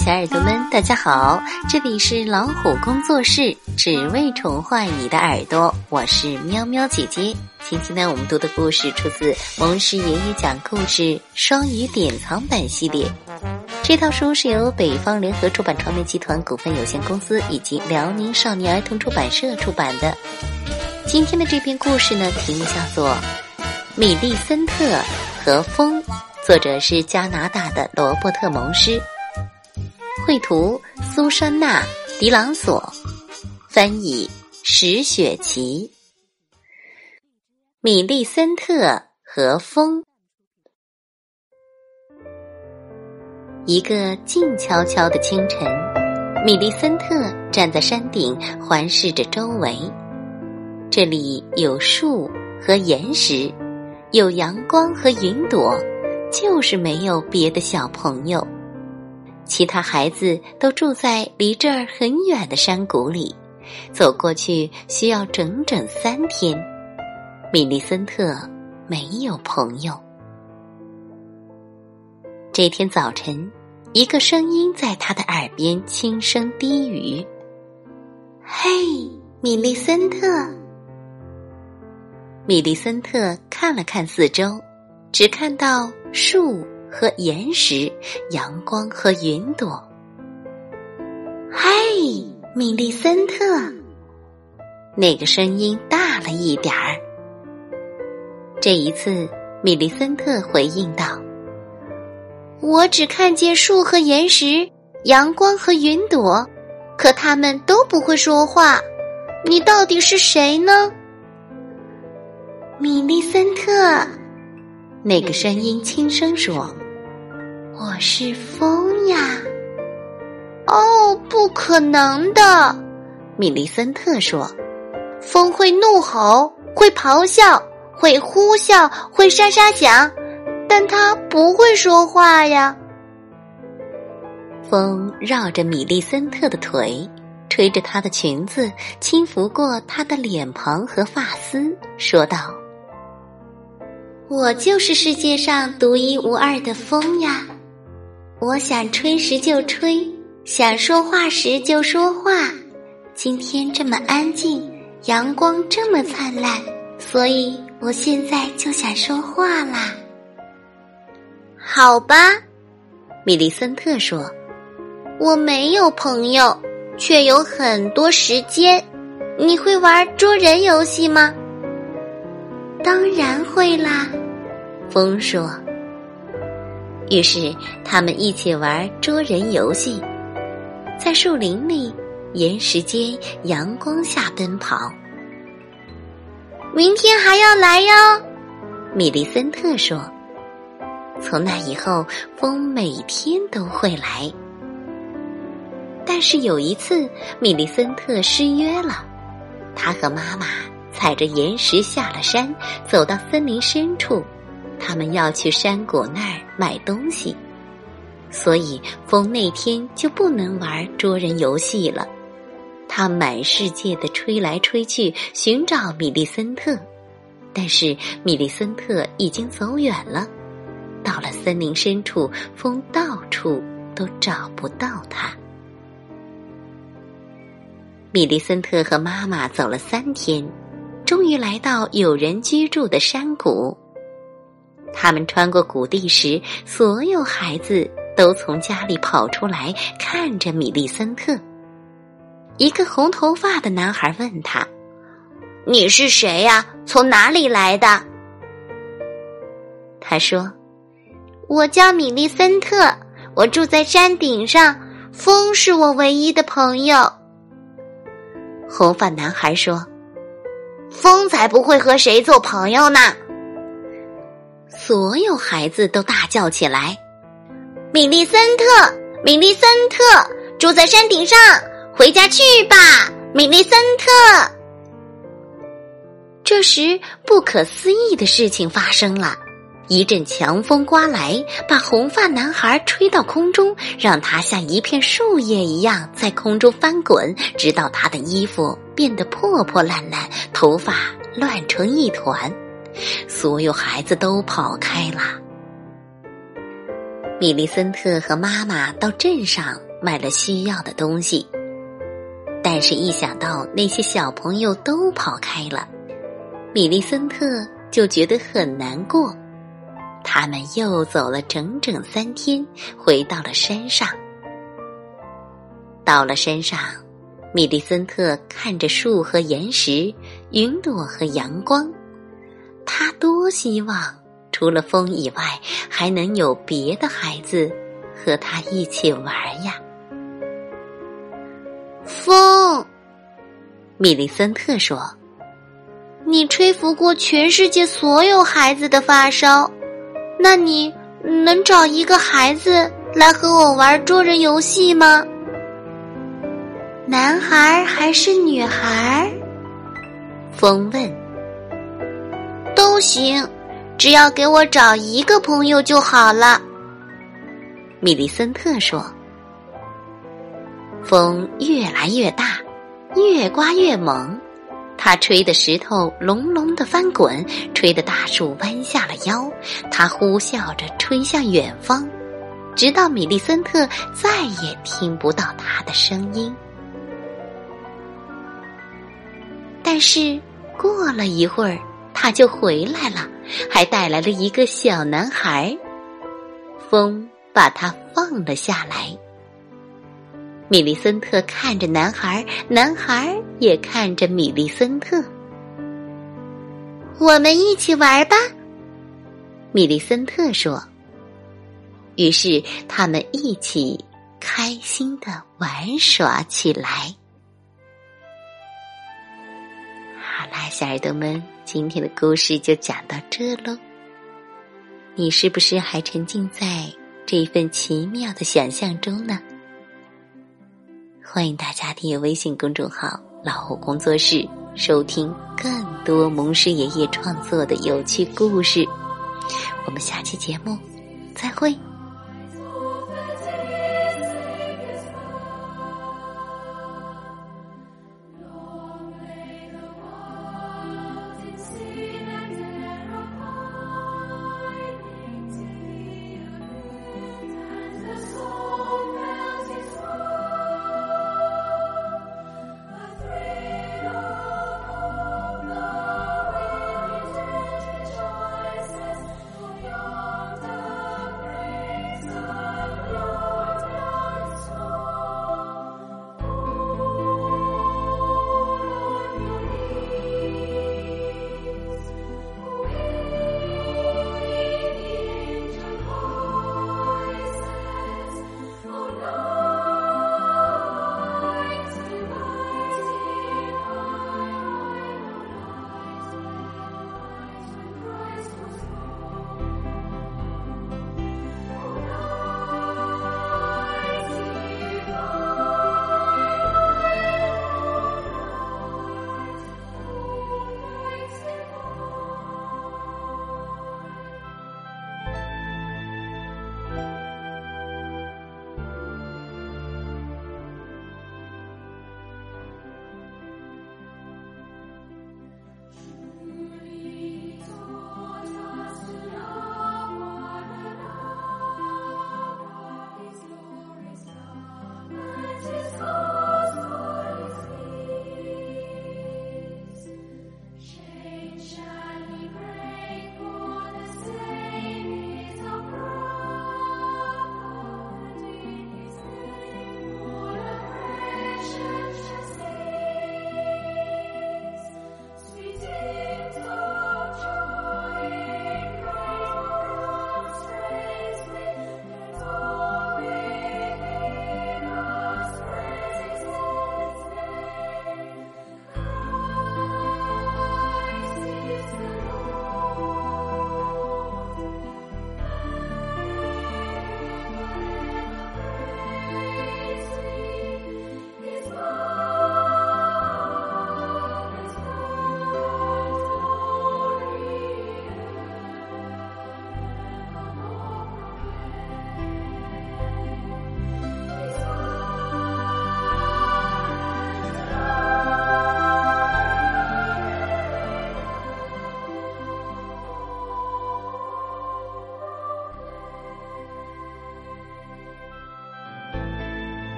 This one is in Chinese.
小耳朵们，大家好，这里是老虎工作室，只为宠坏你的耳朵，我是喵喵姐姐。今天呢，我们读的故事出自蒙氏爷爷讲故事双语典藏版系列。这套书是由北方联合出版传媒集团股份有限公司以及辽宁少年儿童出版社出版的。今天的这篇故事呢，题目叫做《米利森特和风》，作者是加拿大的罗伯特·蒙施，绘图苏珊娜·迪朗索，翻译石雪琪。米利森特和风。一个静悄悄的清晨，米利森特站在山顶环视着周围。这里有树和岩石，有阳光和云朵，就是没有别的小朋友。其他孩子都住在离这儿很远的山谷里，走过去需要整整3天。米利森特没有朋友。这天早晨，一个声音在他的耳边轻声低语：“嘿，米利森特。”米利森特看了看四周，只看到树和岩石，阳光和云朵。“嘿，米利森特！”那个声音大了一点儿。这一次，米利森特回应道：“我只看见树和岩石，阳光和云朵，可他们都不会说话。你到底是谁呢？”米利森特，那个声音轻声说：“我是风呀。”“哦，不可能的！”米利森特说，“风会怒吼，会咆哮，会呼啸，会沙沙响，但它不会说话呀。”风绕着米利森特的腿，吹着她的裙子，轻拂过她的脸庞和发丝，说道：“我就是世界上独一无二的风呀！我想吹时就吹，想说话时就说话。今天这么安静，阳光这么灿烂，所以我现在就想说话啦。”“好吧。”米利森特说，“我没有朋友，却有很多时间。你会玩捉人游戏吗？”“当然会啦。”风说。于是他们一起玩捉人游戏，在树林里、岩石间、阳光下奔跑。“明天还要来哟。”米利森特说。从那以后，风每天都会来。但是有一次，米利森特失约了。他和妈妈踩着岩石下了山，走到森林深处，他们要去山谷那儿买东西，所以风那天就不能玩捉人游戏了。他满世界的吹来吹去，寻找米利森特，但是米利森特已经走远了。到了森林深处，风到处都找不到他。米利森特和妈妈走了3天，终于来到有人居住的山谷。他们穿过谷地时，所有孩子都从家里跑出来，看着米利森特。一个红头发的男孩问他：“你是谁呀？从哪里来的？”他说：“我叫米利森特，我住在山顶上，风是我唯一的朋友。”红发男孩说：“风才不会和谁做朋友呢！”所有孩子都大叫起来：“米利森特，米利森特，住在山顶上，回家去吧，米利森特！”这时，不可思议的事情发生了。一阵强风刮来，把红发男孩吹到空中，让他像一片树叶一样在空中翻滚，直到他的衣服变得破破烂烂，头发乱成一团。所有孩子都跑开了。米利森特和妈妈到镇上买了需要的东西。但是一想到那些小朋友都跑开了，米利森特就觉得很难过。他们又走了整整3天，回到了山上。到了山上，米利森特看着树和岩石，云朵和阳光，他多希望除了风以外，还能有别的孩子和他一起玩呀。风，米利森特说，你吹拂过全世界所有孩子的发梢，那你能找一个孩子来和我玩捉人游戏吗？男孩还是女孩？风问。都行，只要给我找一个朋友就好了，米利森特说。风越来越大，越刮越猛，它吹得石头隆隆地翻滚，吹得大树弯下了腰，它呼啸着吹向远方，直到米利森特再也听不到它的声音。但是过了一会儿，它就回来了，还带来了一个小男孩。风把他放了下来。米利森特看着男孩，男孩也看着米利森特。我们一起玩吧，米利森特说。于是他们一起开心地玩耍起来。好啦，小耳朵们，今天的故事就讲到这咯。你是不是还沉浸在这份奇妙的想象中呢？欢迎大家订阅微信公众号老虎工作室，收听更多蒙师爷爷创作的有趣故事。我们下期节目再会。